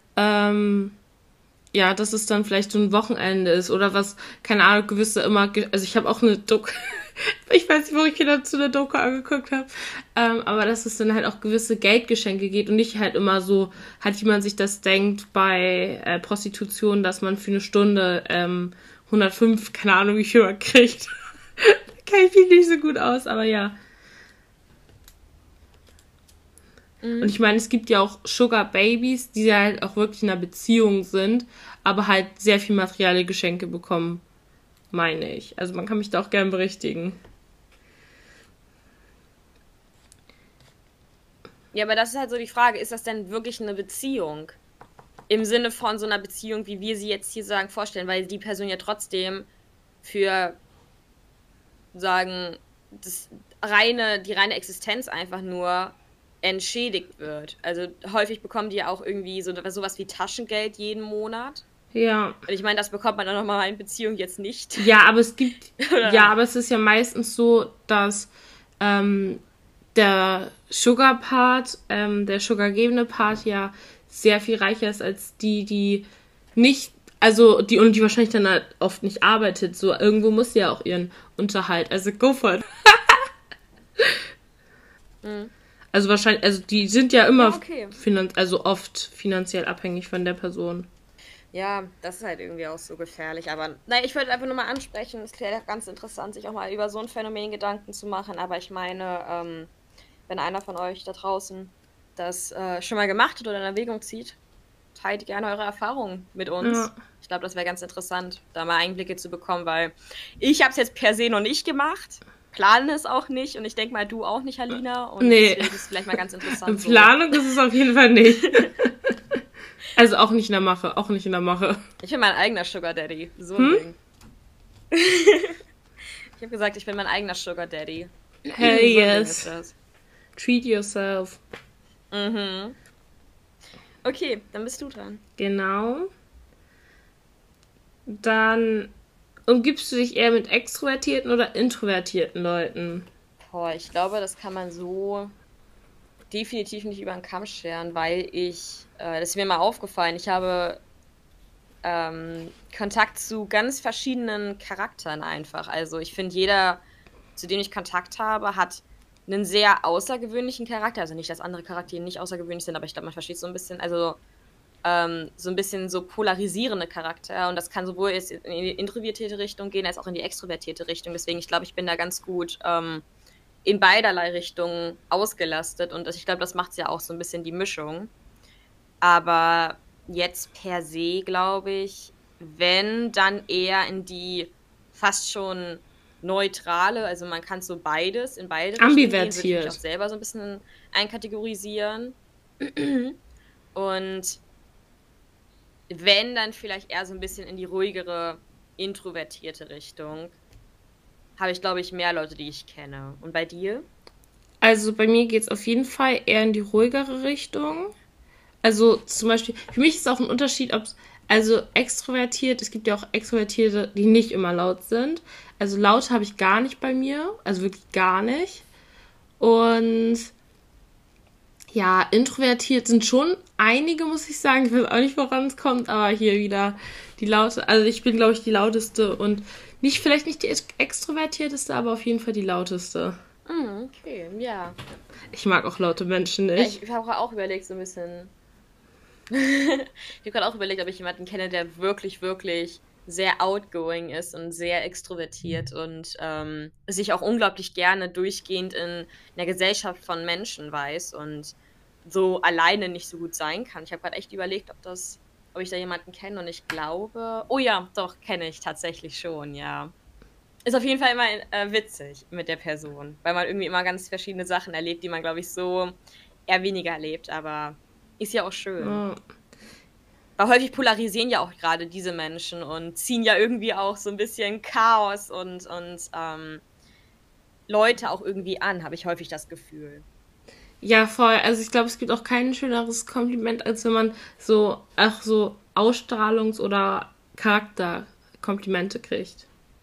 ja, dass es dann vielleicht so ein Wochenende ist oder was, keine Ahnung, gewisse immer, also ich habe auch eine Doku, ich weiß nicht, wo ich dazu eine Doku angeguckt habe, aber dass es dann halt auch gewisse Geldgeschenke geht und nicht halt immer so, halt wie man sich das denkt bei Prostitution, dass man für eine Stunde 105, keine Ahnung, wie viel man kriegt. Da kenne ich mich nicht so gut aus, aber ja. Und ich meine, es gibt ja auch Sugar Babies, die halt auch wirklich in einer Beziehung sind, aber halt sehr viel materielle Geschenke bekommen, meine ich. Also man kann mich da auch gern berichtigen. Ja, aber das ist halt so die Frage, ist das denn wirklich eine Beziehung? Im Sinne von so einer Beziehung, wie wir sie jetzt hier sagen, vorstellen, weil die Person ja trotzdem für, sagen, die reine Existenz einfach nur entschädigt wird. Also häufig bekommen die ja auch irgendwie sowas wie Taschengeld jeden Monat. Ja. Und ich meine, das bekommt man dann nochmal in Beziehung jetzt nicht. Ja, aber es gibt, Oder? ja, aber es ist ja meistens so, dass der Sugar-Part, der sugargebende Part ja sehr viel reicher ist als die nicht, also die wahrscheinlich dann halt oft nicht arbeitet. So, irgendwo muss sie ja auch ihren Unterhalt, also go for it. Mhm. Also wahrscheinlich, also die sind ja immer Ja, okay. also oft finanziell abhängig von der Person. Ja, das ist halt irgendwie auch so gefährlich. Aber naja, ich wollte einfach nur mal ansprechen, es wäre ganz interessant, sich auch mal über so ein Phänomen Gedanken zu machen. Aber ich meine, wenn einer von euch da draußen das schon mal gemacht hat oder in Erwägung zieht, teilt gerne eure Erfahrungen mit uns. Ja. Ich glaube, das wäre ganz interessant, da mal Einblicke zu bekommen, weil ich habe es jetzt per se noch nicht gemacht, plane es auch nicht und ich denke mal, du auch nicht, Alina. Und Nee. deswegen ist es vielleicht mal ganz interessant. Planung ist es auf jeden Fall nicht. Also auch nicht in der Mache, auch nicht in der Mache. Ich bin mein eigener Sugar Daddy. So ein Ding. Ich habe gesagt, ich bin mein eigener Sugar Daddy. Hell So ein Ding yes. ist das. Treat yourself. Mhm. Okay, dann bist du dran. Genau. Dann umgibst du dich eher mit extrovertierten oder introvertierten Leuten? Boah, ich glaube, das kann man so definitiv nicht über den Kamm scheren, weil das ist mir mal aufgefallen, ich habe Kontakt zu ganz verschiedenen Charakteren einfach. Also ich finde, jeder, zu dem ich Kontakt habe, hat einen sehr außergewöhnlichen Charakter. Also nicht, dass andere Charaktere nicht außergewöhnlich sind, aber ich glaube, man versteht so ein bisschen, also so ein bisschen so polarisierende Charakter. Und das kann sowohl jetzt in die introvertierte Richtung gehen, als auch in die extrovertierte Richtung. Deswegen, ich glaube, ich bin da ganz gut in beiderlei Richtungen ausgelastet. Und ich glaube, das macht ja auch so ein bisschen die Mischung. Aber jetzt per se, glaube ich, wenn, dann eher in die fast schon neutrale, also man kann so beides, in beide Richtungen gehen, würde ich mich Ambivertiert. auch selber so ein bisschen einkategorisieren. Und wenn, dann vielleicht eher so ein bisschen in die ruhigere, introvertierte Richtung. Habe ich, glaube ich, mehr Leute, die ich kenne. Und bei dir? Also bei mir geht es auf jeden Fall eher in die ruhigere Richtung. Also zum Beispiel, für mich ist auch ein Unterschied, ob es, also extrovertiert, es gibt ja auch Extrovertierte, die nicht immer laut sind. Also laut habe ich gar nicht bei mir, also wirklich gar nicht. Und ja, introvertiert sind schon einige, muss ich sagen. Ich weiß auch nicht, woran es kommt, aber hier wieder die laute, also ich bin, glaube ich, die lauteste und nicht, vielleicht nicht die extrovertierteste, aber auf jeden Fall die lauteste. Okay, ja. Ich mag auch laute Menschen Ja, nicht. ich habe auch überlegt, so ein bisschen. Ich habe gerade auch überlegt, ob ich jemanden kenne, der wirklich, wirklich sehr outgoing ist und sehr extrovertiert und sich auch unglaublich gerne durchgehend in einer Gesellschaft von Menschen weiß und so alleine nicht so gut sein kann. Ich habe gerade echt überlegt, ob ich da jemanden kenne und ich glaube, oh ja, doch, kenne ich tatsächlich schon, ja. Ist auf jeden Fall immer witzig mit der Person, weil man irgendwie immer ganz verschiedene Sachen erlebt, die man, glaube ich, so eher weniger erlebt, aber ist ja auch schön. Ja. Weil häufig polarisieren ja auch gerade diese Menschen und ziehen ja irgendwie auch so ein bisschen Chaos und Leute auch irgendwie an, habe ich häufig das Gefühl. Ja, voll. Also ich glaube, es gibt auch kein schöneres Kompliment, als wenn man so auch so Ausstrahlungs- oder Charakterkomplimente kriegt.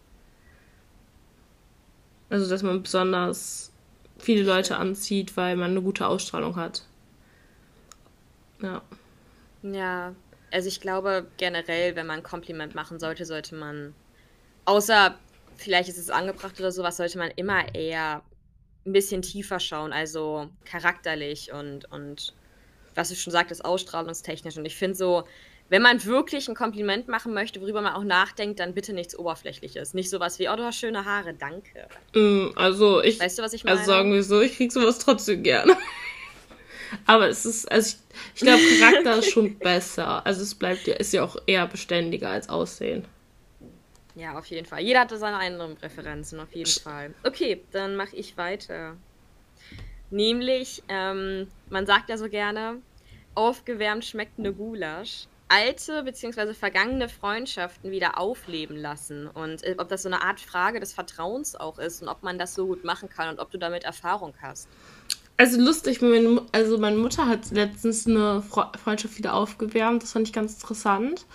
Also dass man besonders viele Leute anzieht, weil man eine gute Ausstrahlung hat. Ja. Ja, also ich glaube generell, wenn man ein Kompliment machen sollte, sollte man, außer vielleicht ist es angebracht oder sowas, sollte man immer eher ein bisschen tiefer schauen, also charakterlich und was du schon sagtest, ausstrahlungstechnisch. Und ich finde so, wenn man wirklich ein Kompliment machen möchte, worüber man auch nachdenkt, dann bitte nichts Oberflächliches. Nicht sowas wie, oh, du hast schöne Haare, danke. Also Weißt du, was ich meine? also sagen wir so, ich krieg sowas trotzdem gerne. Aber es ist, also ich glaube, Charakter ist schon besser. Also es bleibt ja, ist ja auch eher beständiger als Aussehen. Ja, auf jeden Fall. Jeder hatte seine anderen Präferenzen, auf jeden Fall. Okay, dann mache ich weiter. Nämlich, man sagt ja so gerne, aufgewärmt schmeckt eine Gulasch. Alte bzw. vergangene Freundschaften wieder aufleben lassen. Und ob das so eine Art Frage des Vertrauens auch ist und ob man das so gut machen kann und ob du damit Erfahrung hast. Also lustig, meine Mutter hat letztens eine Freundschaft wieder aufgewärmt. Das fand ich ganz interessant.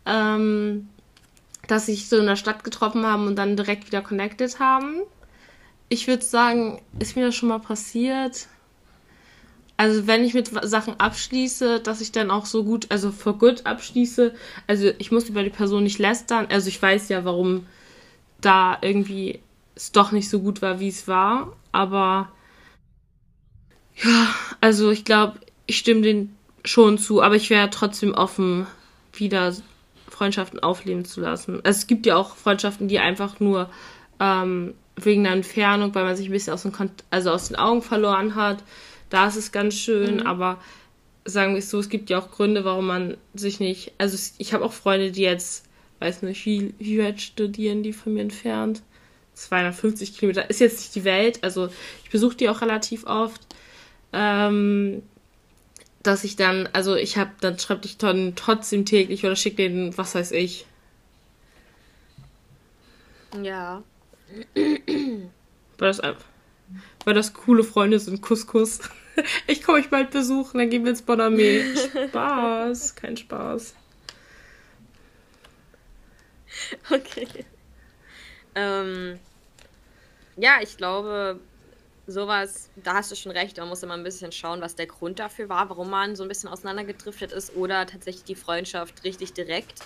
dass sich so in der Stadt getroffen haben und dann direkt wieder connected haben. Ich würde sagen, ist mir das schon mal passiert? Also wenn ich mit Sachen abschließe, dass ich dann auch so gut, also for good abschließe. Also ich muss über die Person nicht lästern. Also ich weiß ja, warum da irgendwie es doch nicht so gut war, wie es war. Aber ja, also ich glaube, ich stimme denen schon zu. Aber ich wäre trotzdem offen, wieder Freundschaften aufleben zu lassen. Also es gibt ja auch Freundschaften, die einfach nur wegen der Entfernung, weil man sich ein bisschen also aus den Augen verloren hat. Da ist es ganz schön, aber sagen wir es so, es gibt ja auch Gründe, warum man sich nicht. Also ich habe auch Freunde, die jetzt, weiß nicht, wie weit studieren die von mir entfernt? 250 Kilometer. Ist jetzt nicht die Welt, also ich besuche die auch relativ oft. Dass ich dann, also dann schreibe ich dann trotzdem täglich oder schicke denen, was weiß ich. Ja. Weil das einfach, weil das coole Freunde sind, Couscous. Ich komme euch bald besuchen, dann gehen wir ins Bonamé. Spaß, kein Spaß. Okay. Ja, ich glaube, sowas, da hast du schon recht, man muss immer ein bisschen schauen, was der Grund dafür war, warum man so ein bisschen auseinandergedriftet ist oder tatsächlich die Freundschaft richtig direkt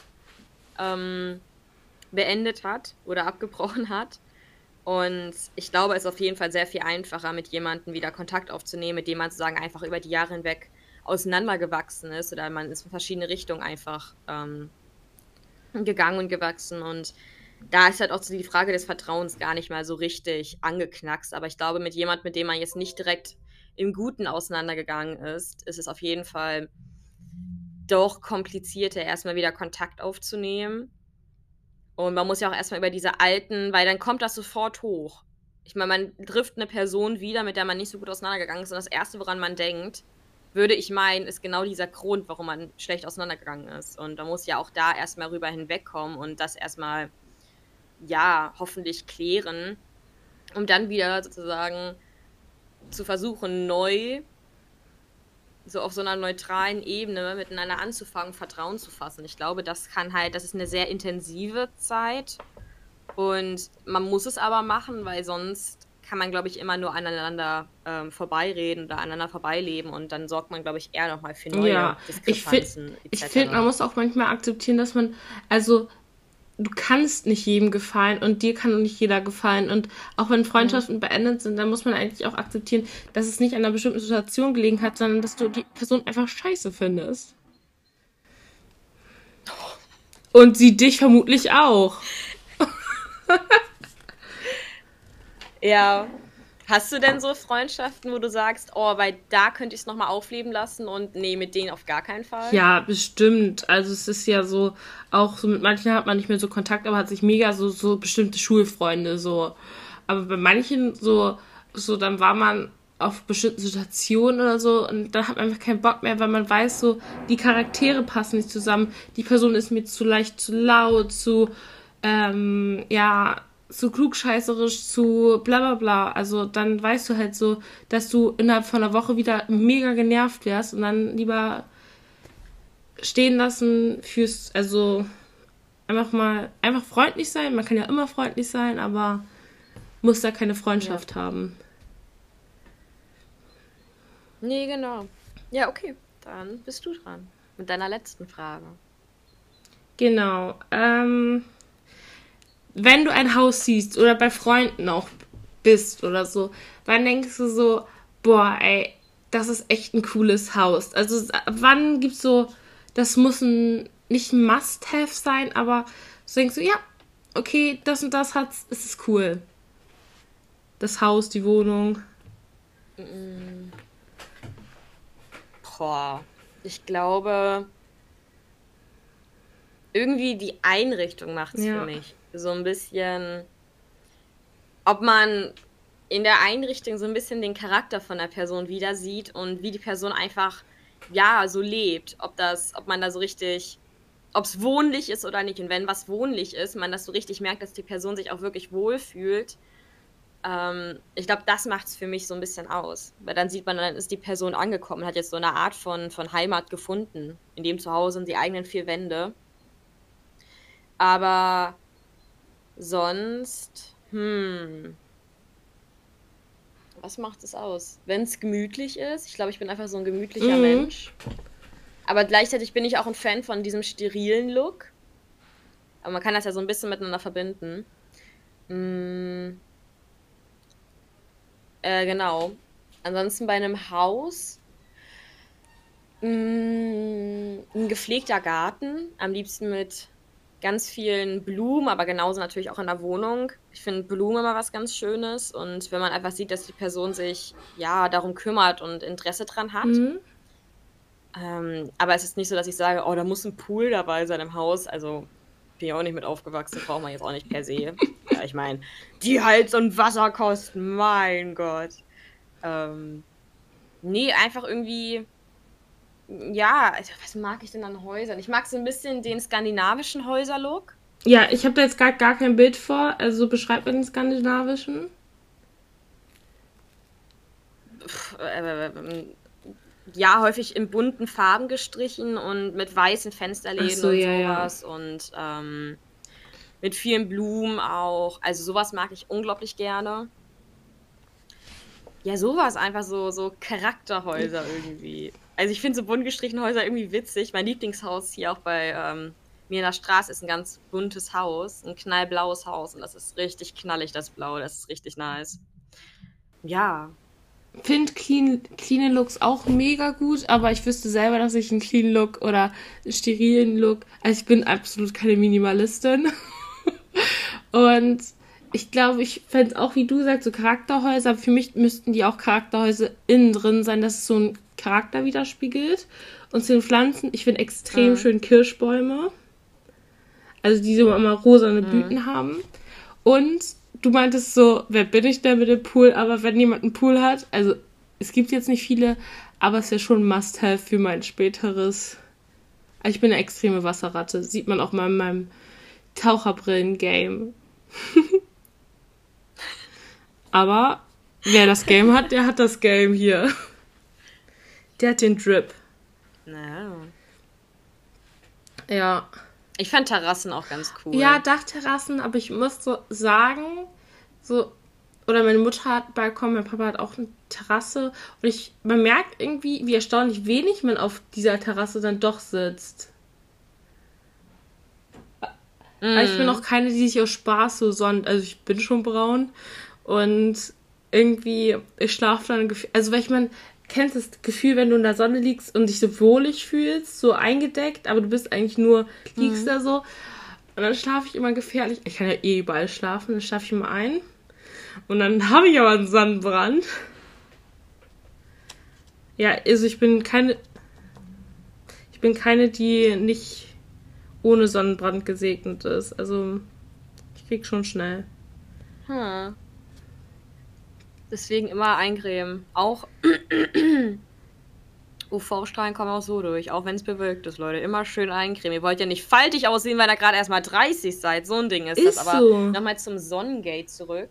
beendet hat oder abgebrochen hat. Und ich glaube, es ist auf jeden Fall sehr viel einfacher, mit jemandem wieder Kontakt aufzunehmen, mit dem man sozusagen einfach über die Jahre hinweg auseinandergewachsen ist oder man ist in verschiedene Richtungen einfach gegangen und gewachsen. Und da ist halt auch so die Frage des Vertrauens gar nicht mal so richtig angeknackst. Aber ich glaube, mit jemandem, mit dem man jetzt nicht direkt im Guten auseinandergegangen ist, ist es auf jeden Fall doch komplizierter, erstmal wieder Kontakt aufzunehmen. Und man muss ja auch erstmal über diese alten, weil dann kommt das sofort hoch. Ich meine, man trifft eine Person wieder, mit der man nicht so gut auseinandergegangen ist. Und das Erste, woran man denkt, würde ich meinen, ist genau dieser Grund, warum man schlecht auseinandergegangen ist. Und man muss ja auch da erstmal rüber hinwegkommen und das erstmal, ja, hoffentlich klären, um dann wieder sozusagen zu versuchen, neu, so auf so einer neutralen Ebene miteinander anzufangen, Vertrauen zu fassen. Ich glaube, das ist eine sehr intensive Zeit und man muss es aber machen, weil sonst kann man, glaube ich, immer nur aneinander vorbeireden oder aneinander vorbeileben und dann sorgt man, glaube ich, eher nochmal für neue Diskrepanzen Ich finde, man muss auch manchmal akzeptieren, dass man, also du kannst nicht jedem gefallen und dir kann nicht jeder gefallen. Und auch wenn Freundschaften beendet sind, dann muss man eigentlich auch akzeptieren, dass es nicht an einer bestimmten Situation gelegen hat, sondern dass du die Person einfach scheiße findest. Und sie dich vermutlich auch. Ja. Hast du denn so Freundschaften, wo du sagst, oh, weil da könnte ich es nochmal aufleben lassen und nee, mit denen auf gar keinen Fall? Ja, bestimmt. Also es ist ja so, auch so mit manchen hat man nicht mehr so Kontakt, aber hat sich mega so bestimmte Schulfreunde so. Aber bei manchen so dann war man auf bestimmten Situationen oder so und dann hat man einfach keinen Bock mehr, weil man weiß so, die Charaktere passen nicht zusammen, die Person ist mir zu leicht, zu laut, ja, zu klugscheißerisch, zu bla bla bla. Also dann weißt du halt so, dass du innerhalb von einer Woche wieder mega genervt wärst und dann lieber stehen lassen also einfach freundlich sein. Man kann ja immer freundlich sein, aber muss da keine Freundschaft haben. Nee, genau. Ja, okay. Dann bist du dran. Mit deiner letzten Frage. Genau. Wenn du ein Haus siehst oder bei Freunden auch bist oder so, wann denkst du so, boah, ey, das ist echt ein cooles Haus. Also wann gibt's so, das muss nicht ein Must-Have sein, aber so denkst du, ja, okay, das und das hat's, es ist cool. Das Haus, die Wohnung. Boah, ich glaube, irgendwie die Einrichtung macht's für mich. So ein bisschen, ob man in der Einrichtung so ein bisschen den Charakter von der Person wieder sieht und wie die Person einfach, ja, so lebt. Ob man da so richtig, ob es wohnlich ist oder nicht. Und wenn was wohnlich ist, man das so richtig merkt, dass die Person sich auch wirklich wohlfühlt. Ich glaube, das macht es für mich so ein bisschen aus. Weil dann sieht man, dann ist die Person angekommen, hat jetzt so eine Art von Heimat gefunden. In dem Zuhause sind die eigenen vier Wände. Aber sonst, was macht es aus? Wenn es gemütlich ist, ich glaube, ich bin einfach so ein gemütlicher Mensch. Aber gleichzeitig bin ich auch ein Fan von diesem sterilen Look. Aber man kann das ja so ein bisschen miteinander verbinden. Genau. Ansonsten bei einem Haus ein gepflegter Garten, am liebsten mit ganz vielen Blumen, aber genauso natürlich auch in der Wohnung. Ich finde Blumen immer was ganz Schönes und wenn man einfach sieht, dass die Person sich ja darum kümmert und Interesse dran hat. Aber es ist nicht so, dass ich sage, oh, da muss ein Pool dabei sein im Haus. Also bin ich auch nicht mit aufgewachsen, braucht man jetzt auch nicht per se. Ja, ich meine, die Heiz- und Wasserkosten, mein Gott. Nee, einfach irgendwie, ja, also, was mag ich denn an Häusern? Ich mag so ein bisschen den skandinavischen Häuserlook. Ja, ich habe da jetzt gar kein Bild vor. Also beschreibt man den skandinavischen? Ja, häufig in bunten Farben gestrichen und mit weißen Fensterläden Ach so, und ja. sowas und mit vielen Blumen auch. Also sowas mag ich unglaublich gerne. Ja, sowas einfach so Charakterhäuser irgendwie. Also ich finde so bunt gestrichene Häuser irgendwie witzig. Mein Lieblingshaus hier auch bei mir in der Straße ist ein ganz buntes Haus, ein knallblaues Haus und das ist richtig knallig, das Blau, das ist richtig nice. Ja. Finde clean Looks auch mega gut, aber ich wüsste selber, dass ich einen clean Look oder einen sterilen Look, also ich bin absolut keine Minimalistin. Und ich glaube, ich fände es auch, wie du sagst, so Charakterhäuser, für mich müssten die auch Charakterhäuser innen drin sein, dass es so einen Charakter widerspiegelt. Und zu den Pflanzen, ich finde extrem schön Kirschbäume. Also die so immer rosane Blüten haben. Und du meintest so, wer bin ich denn mit dem Pool? Aber wenn jemand einen Pool hat, also es gibt jetzt nicht viele, aber es ist ja schon ein Must-have für mein späteres. Also ich bin eine extreme Wasserratte. Sieht man auch mal in meinem Taucherbrillen-Game. Aber wer das Game hat, der hat das Game hier. Der hat den Drip. Ja. Ja. Ich fand Terrassen auch ganz cool. Ja, Dachterrassen, aber ich muss so sagen, so, oder meine Mutter hat einen Balkon, mein Papa hat auch eine Terrasse und man merkt irgendwie, wie erstaunlich wenig man auf dieser Terrasse dann doch sitzt. Weil ich bin auch keine, die sich aus Spaß so sonnt. Also ich bin schon braun und irgendwie, ich schlafe dann, also weil kennst das Gefühl, wenn du in der Sonne liegst und dich so wohlig fühlst, so eingedeckt, aber du bist eigentlich nur, liegst da so. Und dann schlafe ich immer gefährlich. Ich kann ja eh überall schlafen, dann schlafe ich immer ein. Und dann habe ich aber einen Sonnenbrand. Ja, also ich bin keine, die nicht ohne Sonnenbrand gesegnet ist. Also ich krieg schon schnell. Deswegen immer eincremen. Auch UV-Strahlen kommen auch so durch, auch wenn es bewölkt ist, Leute. Immer schön eincremen. Ihr wollt ja nicht faltig aussehen, weil ihr gerade erst mal 30 seid. So ein Ding ist das. Aber so. nochmal zum Sonnengate zurück.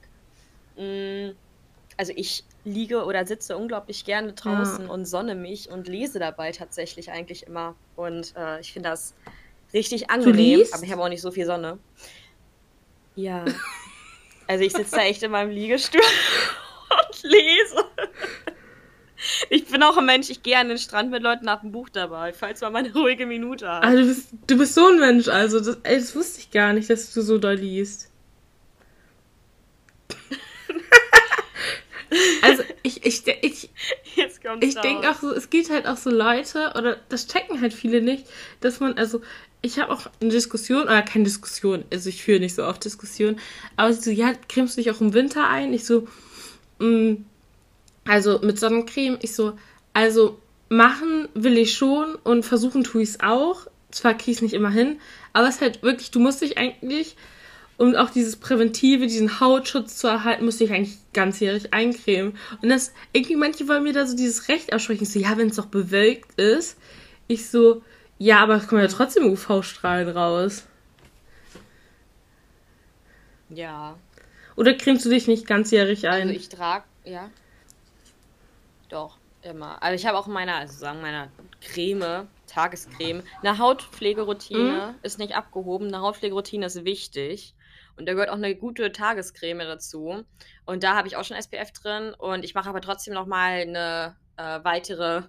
Also ich liege oder sitze unglaublich gerne draußen und sonne mich und lese dabei tatsächlich eigentlich immer. Und ich finde das richtig angenehm. Du liest? Aber ich habe auch nicht so viel Sonne. Ja. Also ich sitze da echt in meinem Liegestuhl und lese. Ich bin auch ein Mensch, ich gehe an den Strand mit Leuten, hab ein Buch dabei, falls man mal eine ruhige Minute hat. Also du bist so ein Mensch, also das wusste ich gar nicht, dass du so doll liest. Also ich denke auch so, es gibt halt auch so Leute, oder das checken halt viele nicht, dass man, also ich habe auch eine Diskussion, oder keine Diskussion, also ich führe nicht so oft Diskussionen, aber so, ja, cremst du dich auch im Winter ein? Ich so, also mit Sonnencreme, ich so, also machen will ich schon und versuchen tue ich es auch. Zwar kriege ich es nicht immer hin, aber es ist halt wirklich, du musst dich eigentlich, um auch dieses Präventive, diesen Hautschutz zu erhalten, musst du dich eigentlich ganzjährig eincremen. Und das, irgendwie manche wollen mir da so dieses Recht aussprechen. Ich so, ja, wenn es doch bewölkt ist. Ich so, ja, aber es kommen ja trotzdem UV-Strahlen raus. Ja. Oder cremst du dich nicht ganzjährig ein? Also ich trage, ja. Doch, immer. Also ich habe auch meiner Creme Tagescreme. Eine Hautpflegeroutine ist nicht abgehoben. Eine Hautpflegeroutine ist wichtig. Und da gehört auch eine gute Tagescreme dazu. Und da habe ich auch schon SPF drin. Und ich mache aber trotzdem nochmal eine weitere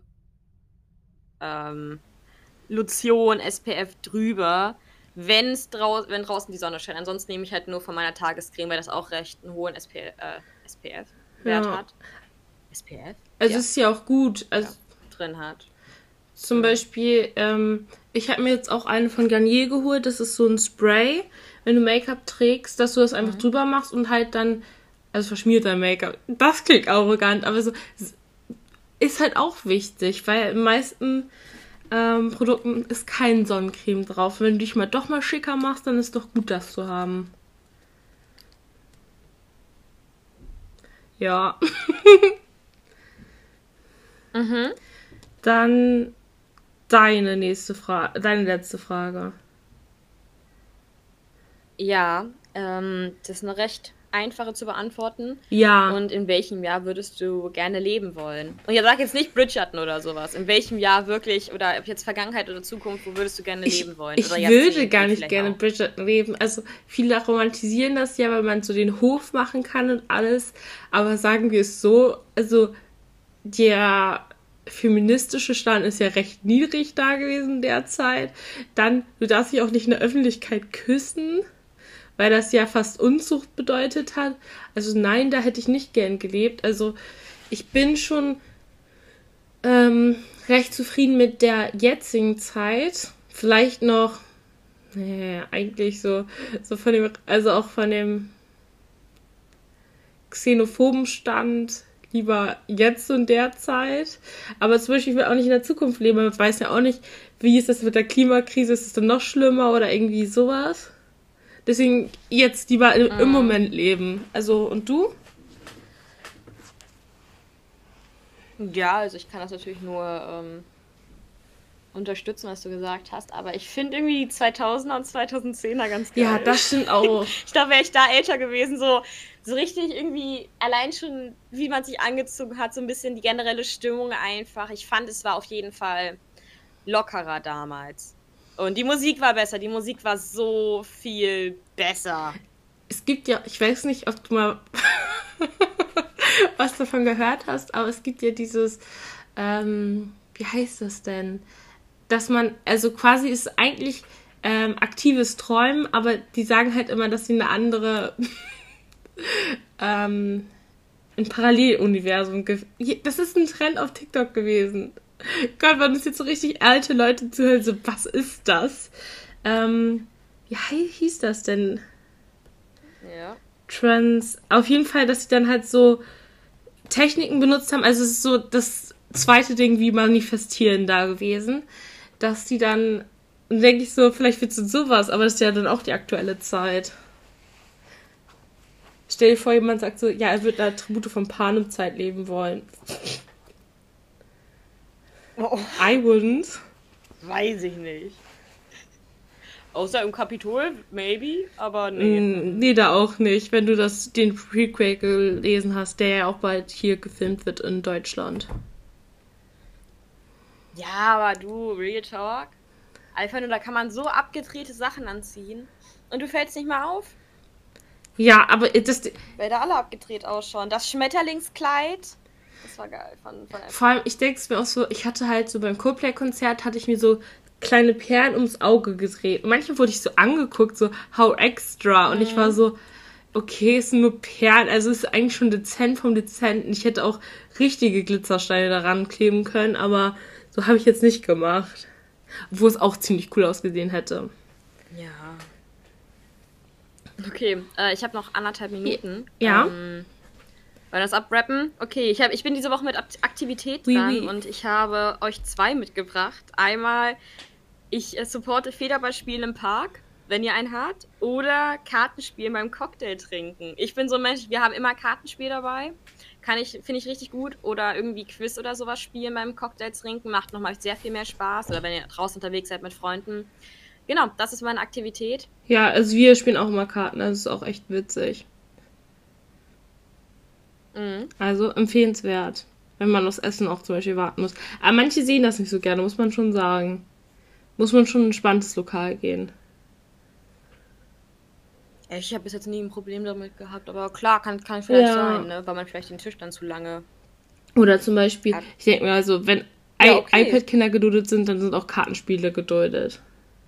Lotion SPF drüber, wenn draußen die Sonne scheint. Ansonsten nehme ich halt nur von meiner Tagescreme, weil das auch recht einen hohen SPF-Wert hat. SPF? Also es ist ja auch gut. Also drin hat. Zum Beispiel, ich habe mir jetzt auch eine von Garnier geholt. Das ist so ein Spray, wenn du Make-up trägst, dass du das einfach drüber machst und halt dann, also verschmiert dein Make-up. Das klingt arrogant, aber so ist halt auch wichtig, weil in meisten Produkten ist kein Sonnencreme drauf. Wenn du dich doch mal schicker machst, dann ist doch gut, das zu haben. Ja. Dann deine letzte Frage. Ja, das ist eine recht einfache zu beantworten. Ja. Und in welchem Jahr würdest du gerne leben wollen? Und ja, sag jetzt nicht Bridgerton oder sowas. In welchem Jahr wirklich, oder ob jetzt Vergangenheit oder Zukunft, wo würdest du gerne leben wollen? Ich würde gar nicht gerne Bridgerton leben. Also viele romantisieren das ja, weil man so den Hof machen kann und alles. Aber sagen wir es so, also der feministische Stand ist ja recht niedrig da gewesen derzeit. Dann, du darfst dich auch nicht in der Öffentlichkeit küssen, weil das ja fast Unzucht bedeutet hat. Also nein, da hätte ich nicht gern gelebt. Also ich bin schon recht zufrieden mit der jetzigen Zeit. Vielleicht noch, eigentlich so von dem, also auch von dem xenophoben Stand lieber jetzt und der Zeit. Aber zum Beispiel, ich will auch nicht in der Zukunft leben. Man weiß ja auch nicht, wie ist das mit der Klimakrise? Ist es dann noch schlimmer oder irgendwie sowas? Deswegen jetzt lieber im Moment leben. Also, und du? Ja, also ich kann das natürlich nur unterstützen, was du gesagt hast, aber ich finde irgendwie die 2000er und 2010er ganz geil. Ja, das stimmt auch. Ich glaube, wäre ich da älter gewesen, so richtig irgendwie, allein schon, wie man sich angezogen hat, so ein bisschen die generelle Stimmung einfach. Ich fand, es war auf jeden Fall lockerer damals. Und die Musik war besser, die Musik war so viel besser. Es gibt ja, ich weiß nicht, ob du mal was davon gehört hast, aber es gibt ja dieses, wie heißt das denn? Dass man, also quasi ist eigentlich aktives Träumen, aber die sagen halt immer, dass sie eine andere ein Paralleluniversum das ist ein Trend auf TikTok gewesen. Gott, wenn uns jetzt so richtig alte Leute zuhören, so, was ist das? Wie hieß das denn? Ja. Auf jeden Fall, dass sie dann halt so Techniken benutzt haben, also es ist so das zweite Ding wie Manifestieren da gewesen, dass die dann, denke ich so, vielleicht wird es sowas, aber das ist ja dann auch die aktuelle Zeit. Stell dir vor, jemand sagt so, ja, er wird Attribute von Panem-Zeit leben wollen. Oh. I wouldn't. Weiß ich nicht. Außer im Kapitol, maybe, aber nee. Nee, da auch nicht, wenn du den Prequel gelesen hast, der ja auch bald hier gefilmt wird in Deutschland. Ja, aber du, Real Talk? Einfach nur, da kann man so abgedrehte Sachen anziehen und du fällst nicht mal auf. Ja, aber weil da alle abgedreht ausschauen. Das Schmetterlingskleid, das war geil. Vor allem, ich denke es mir auch so, ich hatte halt so beim Coldplay-Konzert, hatte ich mir so kleine Perlen ums Auge gedreht. Und manchmal wurde ich so angeguckt, so, how extra. Und ich war so, okay, es sind nur Perlen, also es ist eigentlich schon dezent vom Dezenten. Ich hätte auch richtige Glitzersteine daran kleben können, aber so habe ich jetzt nicht gemacht. Obwohl es auch ziemlich cool ausgesehen hätte. Ja. Okay, ich habe noch 1,5 Minuten. Ja. Wollen wir das abrappen? Okay, ich bin diese Woche mit Aktivität dran und ich habe euch 2 mitgebracht. Einmal, ich supporte Federballspielen im Park, wenn ihr einen habt, oder Kartenspielen beim Cocktail trinken. Ich bin so ein Mensch, wir haben immer Kartenspiel dabei. Finde ich richtig gut. Oder irgendwie Quiz oder sowas spielen beim Cocktail trinken. Macht nochmal sehr viel mehr Spaß. Oder wenn ihr draußen unterwegs seid mit Freunden. Genau, das ist meine Aktivität. Ja, also wir spielen auch immer Karten, das ist auch echt witzig. Also empfehlenswert, wenn man aufs Essen auch zum Beispiel warten muss. Aber manche sehen das nicht so gerne, muss man schon sagen. muss man schon in ein spannendes Lokal gehen. Ich habe bis jetzt nie ein Problem damit gehabt, aber klar, kann vielleicht Ja. sein, ne? Weil man vielleicht den Tisch dann zu lange. Oder zum Beispiel, Ja. ich denke mir also, wenn Ja, okay. iPad-Kinder geduldet sind, dann sind auch Kartenspiele geduldet.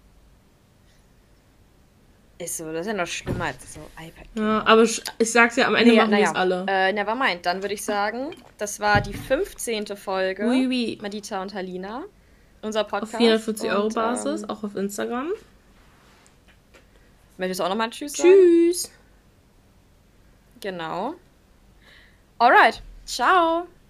Ist so, das ist ja noch schlimmer als so iPad. Ja, aber ich sag's ja, am Ende machen wir es alle. Nevermind. Dann würde ich sagen, das war die 15. Folge. Oui, oui. Madita und Halina. Unser Podcast. Auf 440 Euro Und, Basis, auch auf Instagram. Möchtest du auch nochmal Tschüss sagen? Tschüss. Genau. Alright. Ciao.